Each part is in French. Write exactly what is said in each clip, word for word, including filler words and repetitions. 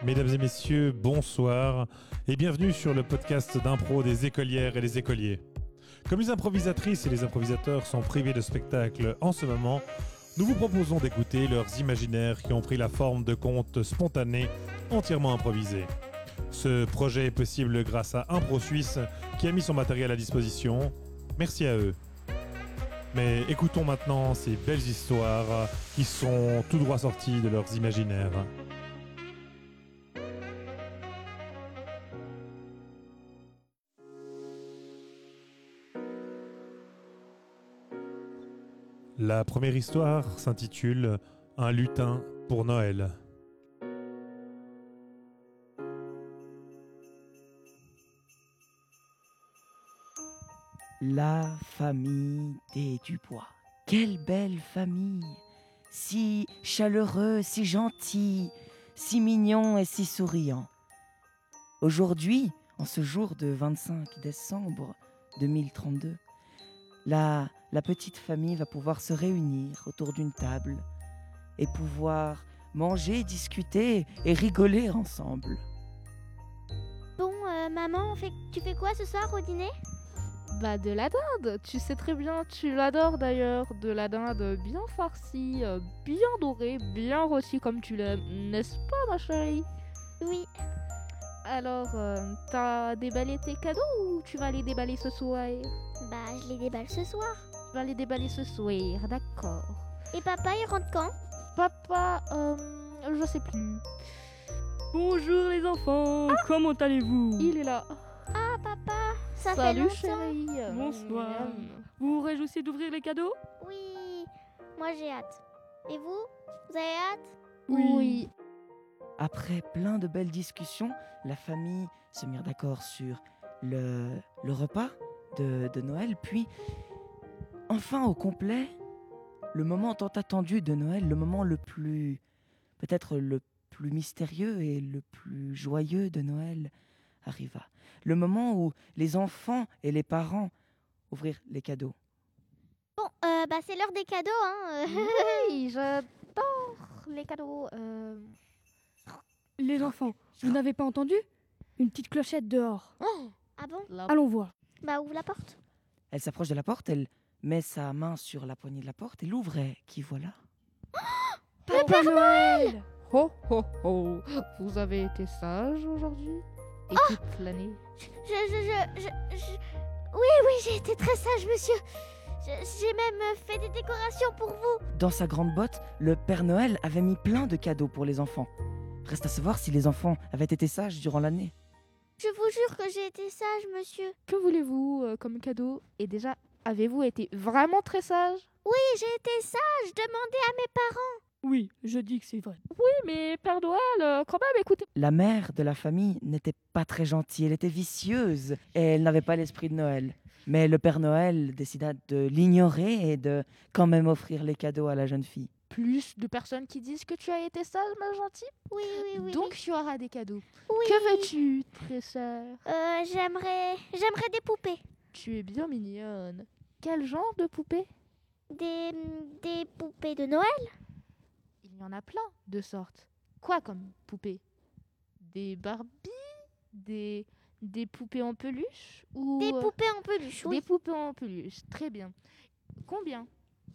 Mesdames et messieurs, bonsoir et bienvenue sur le podcast d'impro des écolières et des écoliers. Comme les improvisatrices et les improvisateurs sont privés de spectacle en ce moment, nous vous proposons d'écouter leurs imaginaires qui ont pris la forme de contes spontanés entièrement improvisés. Ce projet est possible grâce à Impro Suisse qui a mis son matériel à disposition. Merci à eux. Mais écoutons maintenant ces belles histoires qui sont tout droit sorties de leurs imaginaires. La première histoire s'intitule « Un lutin pour Noël ». La famille des Dubois. Quelle belle famille! Si chaleureux, si gentil, si mignon et si souriant. Aujourd'hui, en ce jour de vingt-cinq décembre deux mille trente-deux, la, la petite famille va pouvoir se réunir autour d'une table et pouvoir manger, discuter et rigoler ensemble. Bon, euh, maman, on fait... tu fais quoi ce soir au dîner? Bah de la dinde, tu sais très bien, tu l'adores d'ailleurs, de la dinde bien farcie, euh, bien dorée, bien rôtie comme tu l'aimes, n'est-ce pas ma chérie? Oui. Alors, euh, t'as déballé tes cadeaux ou tu vas les déballer ce soir? Bah, je les déballe ce soir. Tu vas les déballer ce soir, d'accord. Et papa, il rentre quand? Papa, euh, je sais plus. Bonjour les enfants, ah comment allez-vous? Il est là. Ah papa, ça Salut fait chérie. Bonsoir. Vous vous réjouissez d'ouvrir les cadeaux? Oui, moi j'ai hâte. Et vous? Vous avez hâte? Oui. Après plein de belles discussions, la famille se mit d'accord sur le, le repas de, de Noël, puis enfin au complet, le moment tant attendu de Noël, le moment le plus, peut-être le plus mystérieux et le plus joyeux de Noël arriva. Le moment où les enfants et les parents ouvrirent les cadeaux. Bon, euh, bah c'est l'heure des cadeaux, hein. Oui, j'adore les cadeaux. Euh... Les enfants, vous n'avez pas entendu? Une petite clochette dehors. Oh, ah bon? La... Allons voir. Bah ouvre la porte. Elle s'approche de la porte, elle met sa main sur la poignée de la porte et l'ouvre et qui voilà. Le Père Noël! Ho ho ho! Vous avez été sage aujourd'hui? Et oh toute l'année? Je, je, je, je, je... Oui, oui, j'ai été très sage, monsieur. Je, j'ai même fait des décorations pour vous. Dans sa grande botte, le Père Noël avait mis plein de cadeaux pour les enfants. Reste à savoir si les enfants avaient été sages durant l'année. Je vous jure que j'ai été sage, monsieur. Que voulez-vous euh, comme cadeau? Et déjà, avez-vous été vraiment très sage? Oui, j'ai été sage. Demandez à mes parents. Oui, je dis que c'est vrai. Oui, mais Père Noël, euh, quand même, écoutez... La mère de la famille n'était pas très gentille, elle était vicieuse et elle n'avait pas l'esprit de Noël. Mais le Père Noël décida de l'ignorer et de quand même offrir les cadeaux à la jeune fille. Plus de personnes qui disent que tu as été sage, ma gentille? Oui, oui, oui. Donc tu auras des cadeaux. Oui. Que veux-tu, très chère? Euh, j'aimerais... J'aimerais des poupées. Tu es bien mignonne. Quel genre de poupée? Des... Des poupées de Noël? Il y en a plein de sortes. Quoi comme poupées? Des Barbie? Des... Des poupées en peluche? Ou... Des poupées en peluche, oui. Des poupées en peluche, très bien. Combien?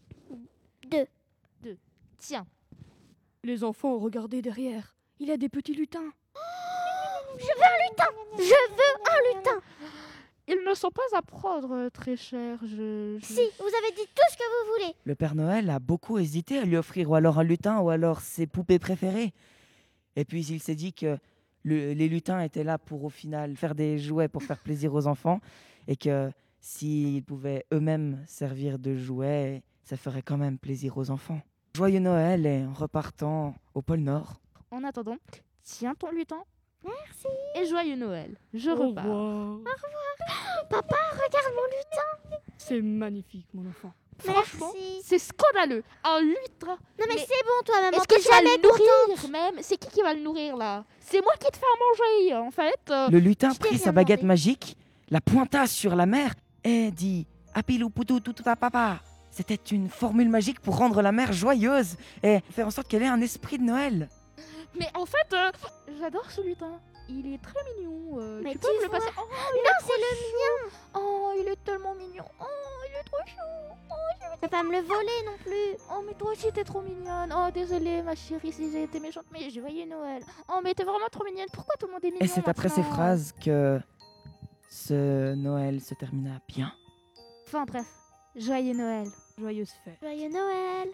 Deux. Deux. Tiens. Les enfants, regardez derrière. Il y a des petits lutins. Oh, je veux un lutin! Je veux un lutin! Ils ne sont pas à prendre, très cher. Je, je... Si, vous avez dit tout ce que vous voulez. Le Père Noël a beaucoup hésité à lui offrir ou alors un lutin ou alors ses poupées préférées. Et puis il s'est dit que le, les lutins étaient là pour au final faire des jouets pour faire plaisir aux enfants et que s'ils pouvaient eux-mêmes servir de jouets, ça ferait quand même plaisir aux enfants. Joyeux Noël et en repartant au pôle Nord. En attendant, tiens ton lutin. Merci. Et joyeux Noël. Je Au repars. revoir. Au revoir. Papa, regarde mon lutin. C'est magnifique, mon enfant. Franchement, Merci. c'est scandaleux. Un lutin. Non mais, Mais c'est bon toi maman, Est-ce que t'es tu vas jamais le nourrir contente. même? C'est qui qui va le nourrir là? C'est moi qui te fais à manger en fait. Euh, Le lutin je t'ai prit rien sa baguette demandé. magique, la pointa sur la mer et dit « Apilou poutou tout à papa ». C'était une formule magique pour rendre la mer joyeuse et faire en sorte qu'elle ait un esprit de Noël. Mais en fait, euh, j'adore ce lutin. Il est très mignon. euh, Mais tu peux me le dis-moi. passer? Oh, Non, c'est le mien. oh, il est tellement mignon. Oh, il est trop chou. Tu peux pas me le voler non plus. Oh, mais toi aussi, t'es trop mignonne. Oh, désolée, ma chérie, si j'ai été méchante, mais joyeux Noël. Oh, mais t'es vraiment trop mignonne. Pourquoi tout le monde est mignon Et c'est après ces maintenant phrases que ce Noël se termina bien. Enfin, bref. Joyeux Noël. Joyeuse fête. Joyeux Noël.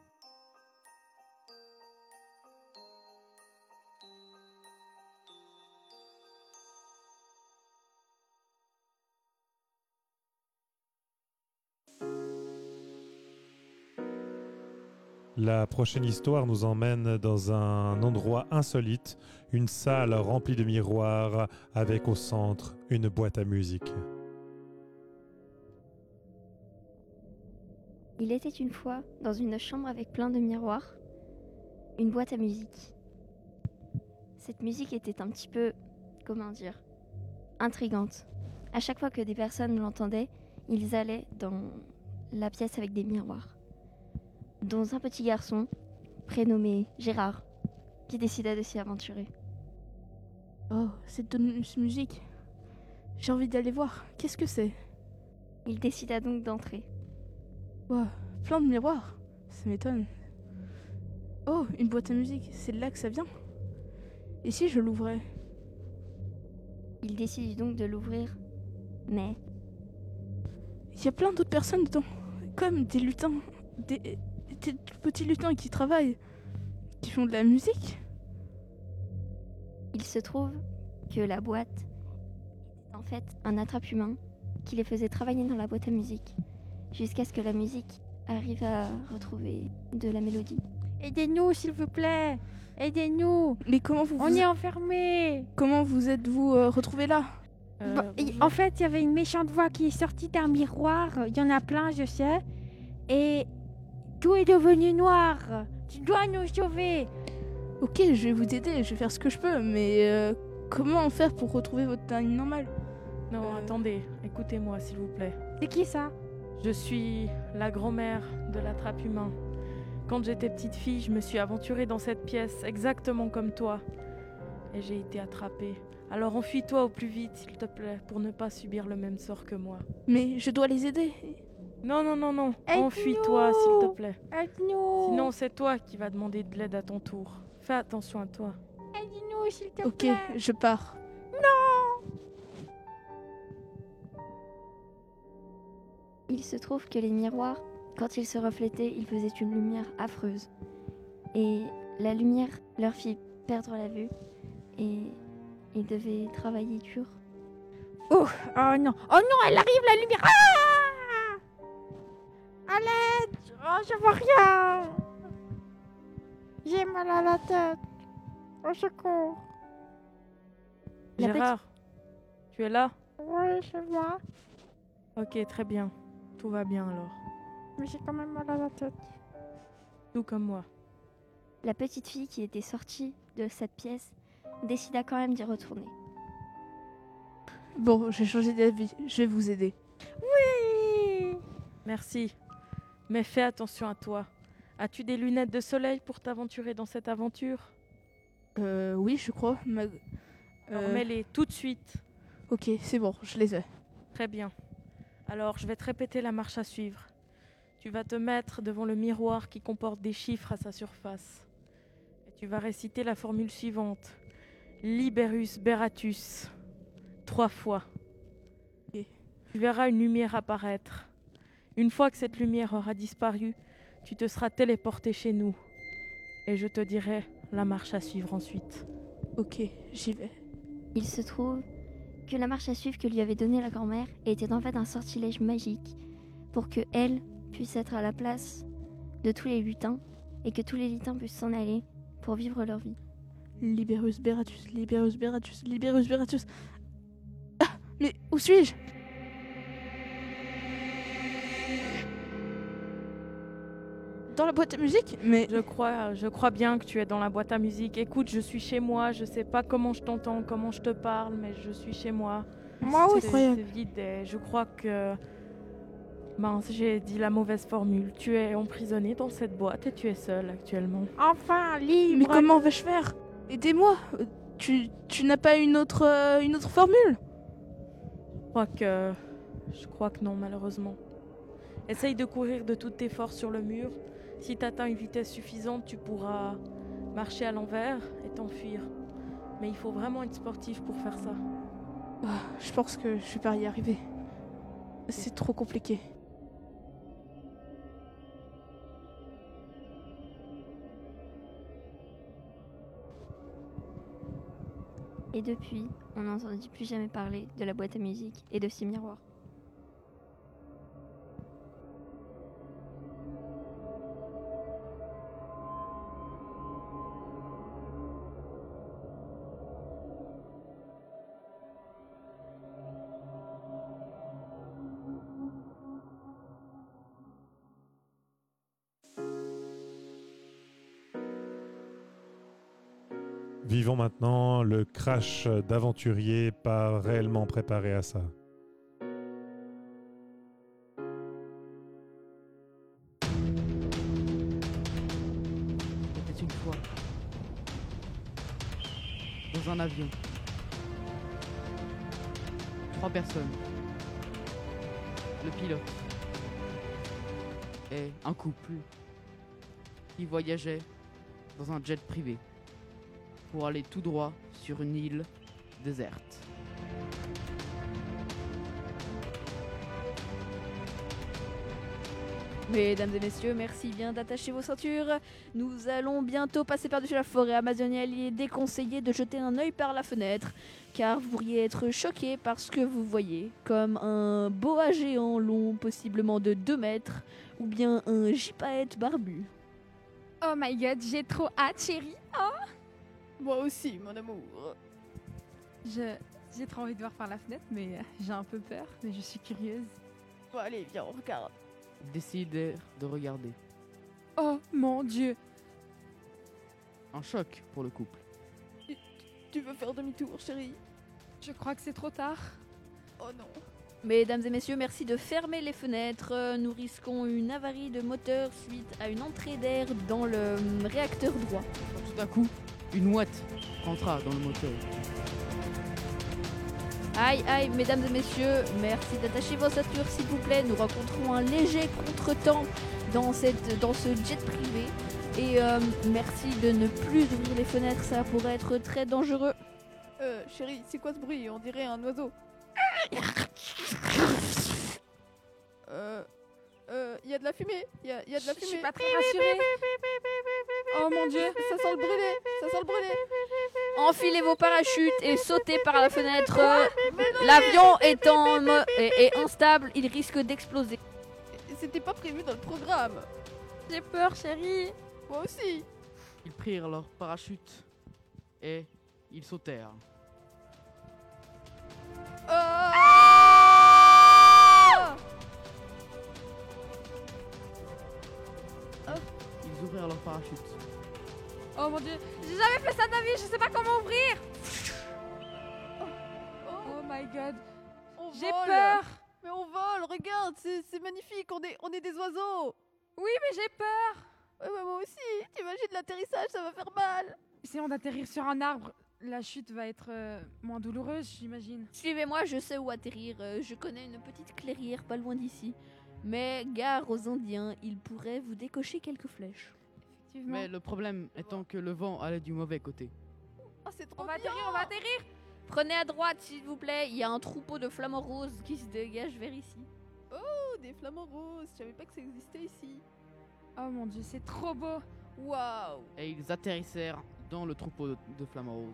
La prochaine histoire nous emmène dans un endroit insolite, une salle remplie de miroirs avec au centre une boîte à musique. Il était une fois, dans une chambre avec plein de miroirs, une boîte à musique. Cette musique était un petit peu, comment dire, intrigante. À chaque fois que des personnes l'entendaient, ils allaient dans la pièce avec des miroirs, dont un petit garçon, prénommé Gérard, qui décida de s'y aventurer. Oh, cette musique. J'ai envie d'aller voir. Qu'est-ce que c'est? Il décida donc d'entrer. Wow, plein de miroirs. Ça m'étonne. Oh, une boîte à musique. C'est de là que ça vient. Et si je l'ouvrais? Il décide donc de l'ouvrir, mais Il y a plein d'autres personnes dedans. Comme des lutins. Des, des petits lutins qui travaillent. Qui font de la musique. il se trouve que la boîte était en fait un attrape-humain qui les faisait travailler dans la boîte à musique, jusqu'à ce que la musique arrive à retrouver de la mélodie. Aidez-nous, s'il vous plaît. Aidez-nous. Mais comment vous On vous, est enfermés. comment vous êtes-vous euh, retrouvés là? Bon, et en fait, il y avait une méchante voix qui est sortie d'un miroir. Il y en a plein, je sais. Et tout est devenu noir. Tu dois nous sauver. Ok, je vais vous aider, je vais faire ce que je peux, mais euh, comment faire pour retrouver votre timing normal? Non, Euh. attendez, écoutez-moi s'il vous plaît. C'est qui ça? Je suis la grand-mère de l'attrape humain. Quand j'étais petite fille, je me suis aventurée dans cette pièce exactement comme toi. Et j'ai été attrapée. Alors enfuis-toi au plus vite, s'il te plaît, pour ne pas subir le même sort que moi. Mais je dois les aider. Non, non, non, non. Aide-nous. Enfuis-toi, s'il te plaît. Aide-nous. Sinon, c'est toi qui vas demander de l'aide à ton tour. Fais attention à toi. Aide-nous, s'il te Ok, plaît. je pars. Il se trouve que les miroirs, quand ils se reflétaient, ils faisaient une lumière affreuse. Et la lumière leur fit perdre la vue et ils devaient travailler dur. Oh, oh non. Oh non, elle arrive, la lumière. Ah! À l'aide. Oh, je vois rien. J'ai mal à la tête. Au secours. La Gérard, tu es là? Oui, je vois. Ok, très bien. Tout va bien alors. Mais j'ai quand même mal à la tête. Tout comme moi. La petite fille qui était sortie de cette pièce décida quand même d'y retourner. Bon, j'ai changé d'avis, je vais vous aider. Oui. Merci. Mais fais attention à toi. As-tu des lunettes de soleil pour t'aventurer dans cette aventure? Euh, oui, je crois. ma- Alors Euh, mets-les tout de suite. Ok, c'est bon, je les ai. Très bien. Alors je vais te répéter la marche à suivre. Tu vas te mettre devant le miroir qui comporte des chiffres à sa surface. Et tu vas réciter la formule suivante. Liberus Beratus. Trois fois. Ok. Tu verras une lumière apparaître. Une fois que cette lumière aura disparu, tu te seras téléporté chez nous. Et je te dirai la marche à suivre ensuite. Ok, j'y vais. Il se trouve que la marche à suivre que lui avait donnée la grand-mère était en fait un sortilège magique pour que elle puisse être à la place de tous les lutins et que tous les lutins puissent s'en aller pour vivre leur vie. Liberus Beratus, Liberus Beratus, Liberus Beratus. Ah, mais où suis-je? Dans la boîte à musique? Mais Je crois, je crois bien que tu es dans la boîte à musique. Écoute, je suis chez moi. Je sais pas comment je t'entends, comment je te parle, mais je suis chez moi. Moi C'est- aussi. incroyable. C'est vide et je crois que... Mince, j'ai dit la mauvaise formule. Tu es emprisonné dans cette boîte et tu es seul actuellement. Enfin, libre. mais comment vais-je faire? Aidez-moi. Euh, Tu, tu n'as pas une autre, euh, une autre formule? Je crois que... Je crois que non, malheureusement. Essaye de courir de toutes tes forces sur le mur. Si tu atteins une vitesse suffisante, tu pourras marcher à l'envers et t'enfuir. Mais il faut vraiment être sportif pour faire ça. Ah, je pense que je vais pas y arriver. C'est trop compliqué. Et depuis, on n'entendit plus jamais parler de la boîte à musique et de ses miroirs. Vivons maintenant le crash d'aventurier pas réellement préparé à ça. C'était une fois. Dans un avion. Trois personnes. Le pilote. Et un couple qui voyageait dans un jet privé pour aller tout droit sur une île déserte. Mesdames et messieurs, merci bien d'attacher vos ceintures. Nous allons bientôt passer par-dessus la forêt amazonienne. Il est déconseillé de jeter un œil par la fenêtre, car vous pourriez être choqué par ce que vous voyez, comme un boa géant long, possiblement de deux mètres, ou bien un gypaète barbu. Oh my god, j'ai trop hâte, chérie. Oh, Moi aussi, mon amour. je, j'ai trop envie de voir par la fenêtre, mais euh, j'ai un peu peur, mais je suis curieuse. Bon, allez, viens, on regarde. Ils décidèrent de regarder. Oh mon dieu. Un choc pour le couple. Tu veux faire demi-tour, chérie? Je crois que c'est trop tard. Oh non. Mesdames et messieurs, merci de fermer les fenêtres. Euh, Nous risquons une avarie de moteur suite à une entrée d'air dans le hum, réacteur droit. Tout à coup, une ouate rentra dans le moteur. Aïe, aïe, mesdames et messieurs, merci d'attacher vos ceintures s'il vous plaît. Nous rencontrons un léger contretemps dans, cette, dans ce jet privé. Et euh, merci de ne plus ouvrir les fenêtres, ça pourrait être très dangereux. Euh, chérie, c'est quoi ce bruit? On dirait un oiseau. Euh... Euh... Y a de la fumée. Y a, y a de la Je fumée. suis pas très rassurée. Oh mon dieu. Ça sent le brûlé. Ça sent le brûlé. Enfilez vos parachutes et sautez par la fenêtre. Euh, L'avion est, en mo- est, est instable, il risque d'exploser. C'était pas prévu dans le programme. J'ai peur, chérie. Moi aussi. Ils prirent leur parachute et ils sautèrent. Ah Ils ouvrirent leur parachute. Oh mon dieu. J'ai jamais fait ça de ma vie, je sais pas comment ouvrir. Oh my god. On J'ai vole. peur. Mais on vole, regarde, c'est c'est magnifique, on est, on est des oiseaux. Oui, mais j'ai peur. Ouais, ouais, moi aussi, t'imagines l'atterrissage, ça va faire mal. Essayons d'atterrir sur un arbre. La chute va être euh, moins douloureuse, j'imagine. Suivez-moi, je sais où atterrir. Euh, Je connais une petite clairière pas loin d'ici. Mais gare aux Indiens, ils pourraient vous décocher quelques flèches. Effectivement. Mais le problème étant que le vent allait du mauvais côté. Oh, c'est trop On va bien. atterrir, on va atterrir. Prenez à droite, s'il vous plaît. Il y a un troupeau de flamants roses qui se dégage vers ici. Oh, des flamants roses, je savais pas que ça existait ici. Oh mon dieu, c'est trop beau. Waouh. Et ils atterrissèrent dans le troupeau de, de flamants roses.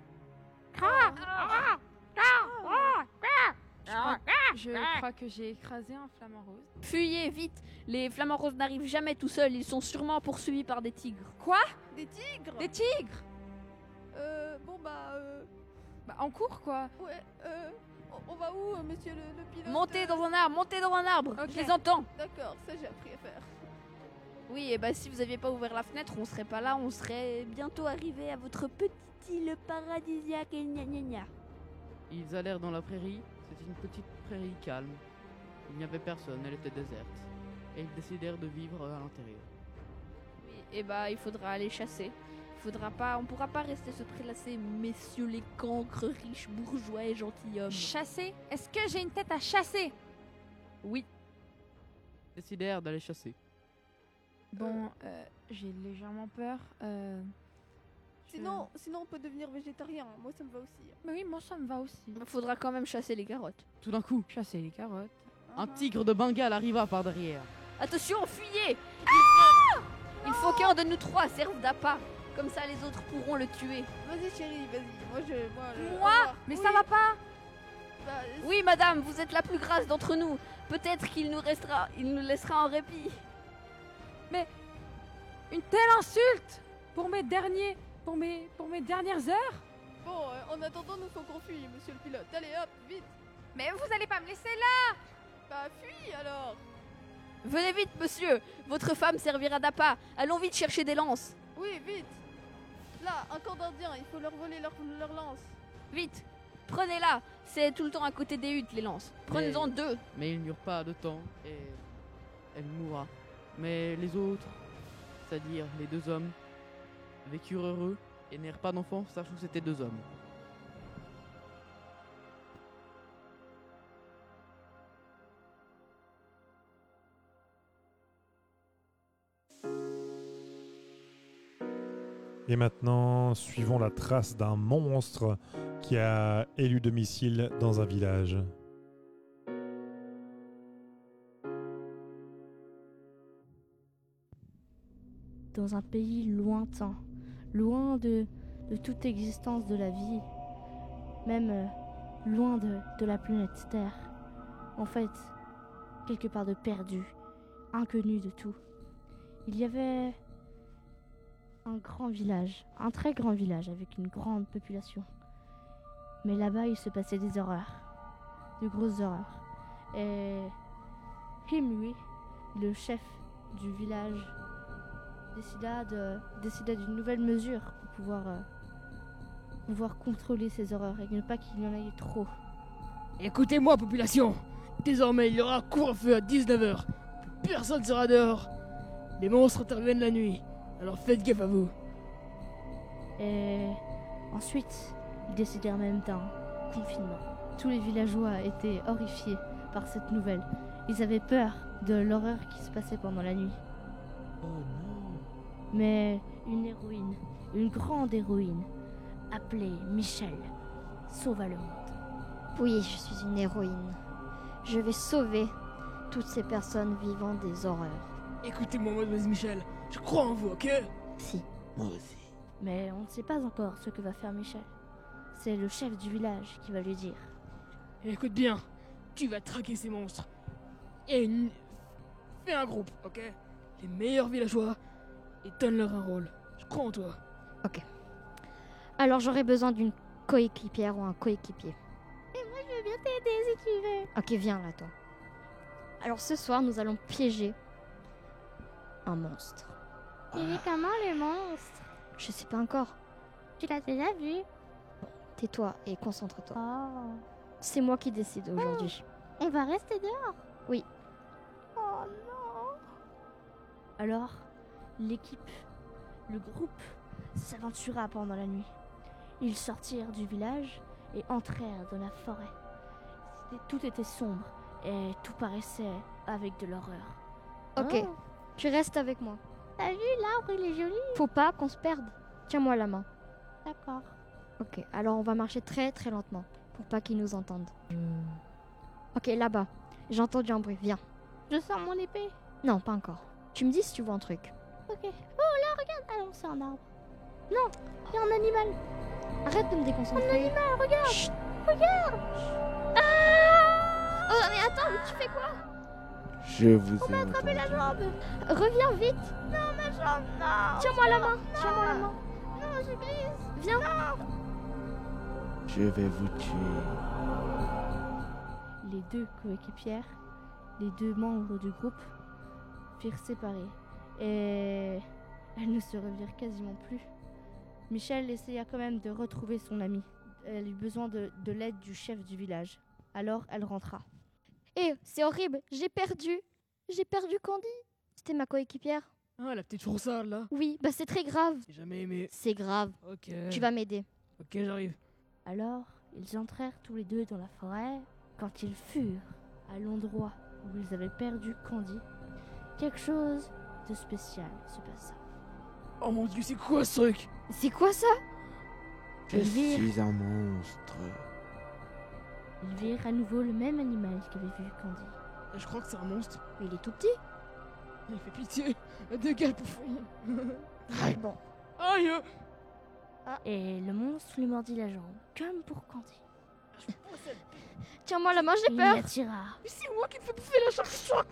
Je crois, je crois que j'ai écrasé un flamant rose. Fuyez vite. Les flamants roses n'arrivent jamais tout seuls. Ils sont sûrement poursuivis par des tigres. Quoi? Des tigres. Des tigres? Euh, bon bah, euh, Bah en cours quoi. ouais, euh, on, on va où, euh, monsieur le, le pilote? Montez dans un arbre, montez dans un arbre. Ok. Je les entends. D'accord, ça j'ai appris à faire. Oui, et bah si vous aviez pas ouvert la fenêtre, on serait pas là. On serait bientôt arrivé à votre petite île paradisiaque et gna gna gna. Ils allèrent dans la prairie. C'était une petite prairie calme. Il n'y avait personne, elle était déserte. Et ils décidèrent de vivre à l'intérieur. Oui, et bah il faudra aller chasser. Faudra pas, on pourra pas rester se prélasser, messieurs les cancres, riches, bourgeois et gentilshommes. Chasser? Est-ce que j'ai une tête à chasser? Oui. Décidèrent d'aller chasser. Bon, euh, j'ai légèrement peur. Euh, je- Sinon, sinon, on peut devenir végétarien. Moi, ça me va aussi. Mais oui, moi ça me va aussi. Faudra quand même chasser les carottes. Tout d'un coup, Chasser les carottes. un tigre de Bengale arriva par derrière. Attention, fuyez! Il faut, il faut qu'un de nous trois serve d'appât. Comme ça, les autres pourront le tuer. Vas-y, chérie, vas-y. Moi, je. Moi, je- Moi? au revoir. Mais Oui, ça va pas? bah, Oui, madame, vous êtes la plus grasse d'entre nous. Peut-être qu'il nous restera, il nous laissera en répit. Une telle insulte pour mes derniers, pour mes, pour mes dernières heures. Bon, euh, en attendant, nous faut qu'on fuit, monsieur le pilote. Allez, hop, vite. Mais vous allez pas me laisser là. Bah, fuis alors. Venez vite, monsieur. Votre femme servira d'appât. Allons vite chercher des lances. Oui, vite. Là, un camp d'indiens, il faut leur voler leur, leur lance. Vite. Prenez-la. C'est tout le temps à côté des huttes, les lances. Prenez-en Mais- deux. Mais ils n'eurent pas de temps et elle mourra. Mais les autres, c'est-à-dire les deux hommes, vécurent heureux et n'eurent pas d'enfants, sachant que c'était deux hommes. Et maintenant, suivons la trace d'un monstre qui a élu domicile dans un village. Dans un pays lointain, loin de, de toute existence de la vie, même euh, loin de, de la planète Terre. En fait, quelque part de perdu, inconnu de tout. Il y avait un grand village, un très grand village avec une grande population. Mais là-bas, il se passait des horreurs, de grosses horreurs. Et Him, lui, le chef du village, décida de décida d'une nouvelle mesure pour pouvoir euh, pouvoir contrôler ces horreurs et ne pas qu'il y en ait trop. Écoutez-moi, population. Désormais, il y aura couvre-feu à dix-neuf heures. Personne sera dehors. Les monstres interviennent la nuit. Alors faites gaffe à vous. Et ensuite, ils décidèrent même d'un confinement. Tous les villageois étaient horrifiés par cette nouvelle. Ils avaient peur de l'horreur qui se passait pendant la nuit. Oh non! Mais une héroïne, une grande héroïne, appelée Michel, sauva le monde. Oui, je suis une héroïne. Je vais sauver toutes ces personnes vivant des horreurs. Écoutez-moi, mademoiselle Michel. Je crois en vous, ok? Si. Moi aussi. Mais on ne sait pas encore ce que va faire Michel. C'est le chef du village qui va lui dire. Écoute bien. Tu vas traquer ces monstres. Et une... fais un groupe, ok? Les meilleurs villageois. Et donne-leur un rôle. Je crois en toi. Ok. Alors j'aurai besoin d'une coéquipière ou un coéquipier. Et moi je veux bien t'aider si tu veux. Ok, viens là, toi. Alors ce soir, nous allons piéger un monstre. Il est comment le monstre? Je sais pas encore. Tu l'as déjà vu? Tais-toi et concentre-toi. Oh. C'est moi qui décide aujourd'hui. On va rester dehors? Oui. Oh non. Alors, l'équipe, le groupe, s'aventura pendant la nuit. Ils sortirent du village et entrèrent dans la forêt. C'était- Tout était sombre et tout paraissait avec de l'horreur. Ok, Oh. tu restes avec moi. T'as vu, l'arbre il est joli. Faut pas qu'on se perde. Tiens-moi la main. D'accord. Ok, alors on va marcher très très lentement pour pas qu'ils nous entendent. Ok, là-bas. J'ai entendu un bruit, viens. Je sors mon épée. Non, pas encore. Tu me dis si tu vois un truc. Ok. Oh là, regarde. Ah non, c'est un arbre. Non, il y a un animal. Arrête de me déconcentrer. Un animal, regarde. Chut. Regarde. Ah. Oh mais attends, mais tu fais quoi? Je vous On ai m'a attrapé la entendu. jambe. Reviens vite. Non, ma jambe, non. Tiens-moi la main. Non. Tiens-moi la main. Non, je glisse. Viens. Je vais vous tuer. Les deux coéquipières, les deux membres du groupe, firent séparer. Et elles ne se revirent quasiment plus. Michel essaya quand même de retrouver son amie. Elle eut besoin de, de l'aide du chef du village. Alors elle rentra. Eh, c'est horrible. J'ai perdu. J'ai perdu Candy. C'était ma coéquipière. Ah, la petite froussarde, là. Oui, bah c'est très grave. J'ai jamais aimé. C'est grave. Ok. Tu vas m'aider. Ok, j'arrive. Alors, ils entrèrent tous les deux dans la forêt. Quand ils furent à l'endroit où ils avaient perdu Candy, quelque chose de spécial se passa. Oh mon dieu, c'est quoi ce truc? C'est quoi ça? Je Ils virent, suis un monstre. ils virent à nouveau le même animal qu'avait vu Candy. Je crois que c'est un monstre. Mais il est tout petit. Il fait pitié. Dégage le bouffon. Bon. Aïe. Et le monstre lui mordit la jambe, comme pour Candy. Tiens-moi la main, j'ai Il peur. la tira. Mais c'est moi qui me fais bouffer la charge.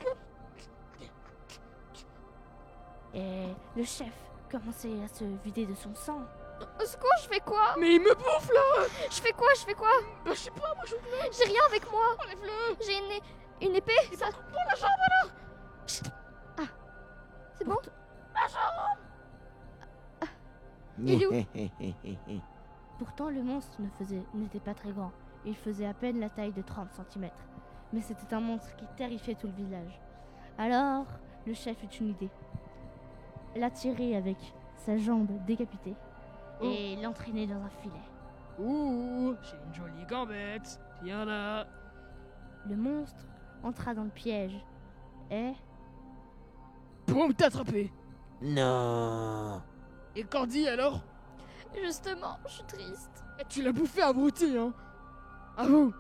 Et le chef commençait à se vider de son sang. Au secours, je fais quoi? Mais il me bouffe là. Je fais quoi? Je fais quoi? Bah, je sais pas, moi je veux. J'ai rien avec moi. Enlève-le. J'ai une, une épée. Ça... Prends la jambe alors. Ah, c'est bon? La jambe. Il est où? Pourtant, le monstre ne faisait, n'était pas très grand. Il faisait à peine la taille de trente centimètres. Mais c'était un monstre qui terrifiait tout le village. Alors, le chef eut une idée. L'attirer avec sa jambe décapitée et l'entraîner dans un filet. Ouh, j'ai une jolie gambette. Viens là. Le monstre entra dans le piège et... Boum, t'as attrapé. Non. Et Candy alors? Justement, je suis triste. Eh, tu l'as bouffé, abruti, hein? À vous.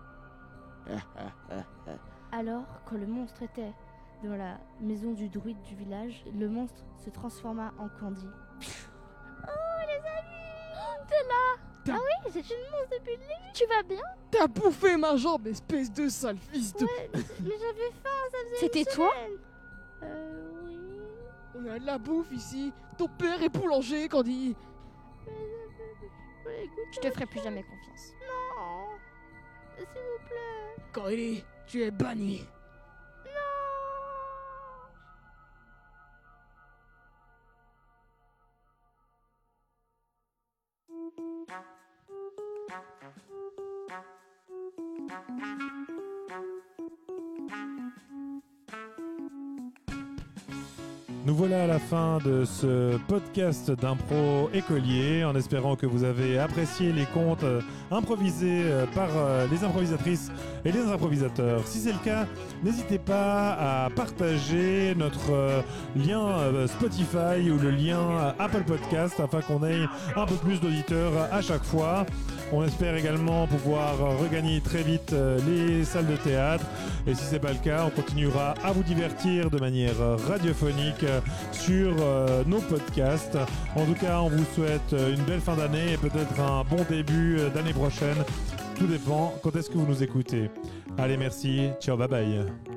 Alors, quand le monstre était dans la maison du druide du village, le monstre se transforma en Candy. Oh les amis, t'es là? Ah oui, j'ai une monstre depuis le début. Tu vas bien? T'as bouffé ma jambe, espèce de sale fils de... Ouais, mais j'avais faim, ça faisait C'était une toi? semaine. Euh, oui. On a de la bouffe ici. Ton père est boulanger, Candy. Je te ferai plus jamais confiance. Non, s'il vous plaît. Candy, tu es banni. Nous voilà à la fin de ce podcast d'impro écolier, en espérant que vous avez apprécié les contes euh, improvisés euh, par euh, les improvisatrices et les improvisateurs. Si c'est le cas, n'hésitez pas à partager notre euh, lien euh, Spotify ou le lien euh, Apple Podcast afin qu'on ait un peu plus d'auditeurs à chaque fois. On espère également pouvoir regagner très vite euh, les salles de théâtre. Et si ce n'est pas le cas, on continuera à vous divertir de manière radiophonique sur euh, nos podcasts. En tout cas, on vous souhaite une belle fin d'année et peut-être un bon début d'année prochaine. Tout dépend quand est-ce que vous nous écoutez. Allez, merci. Ciao, bye bye.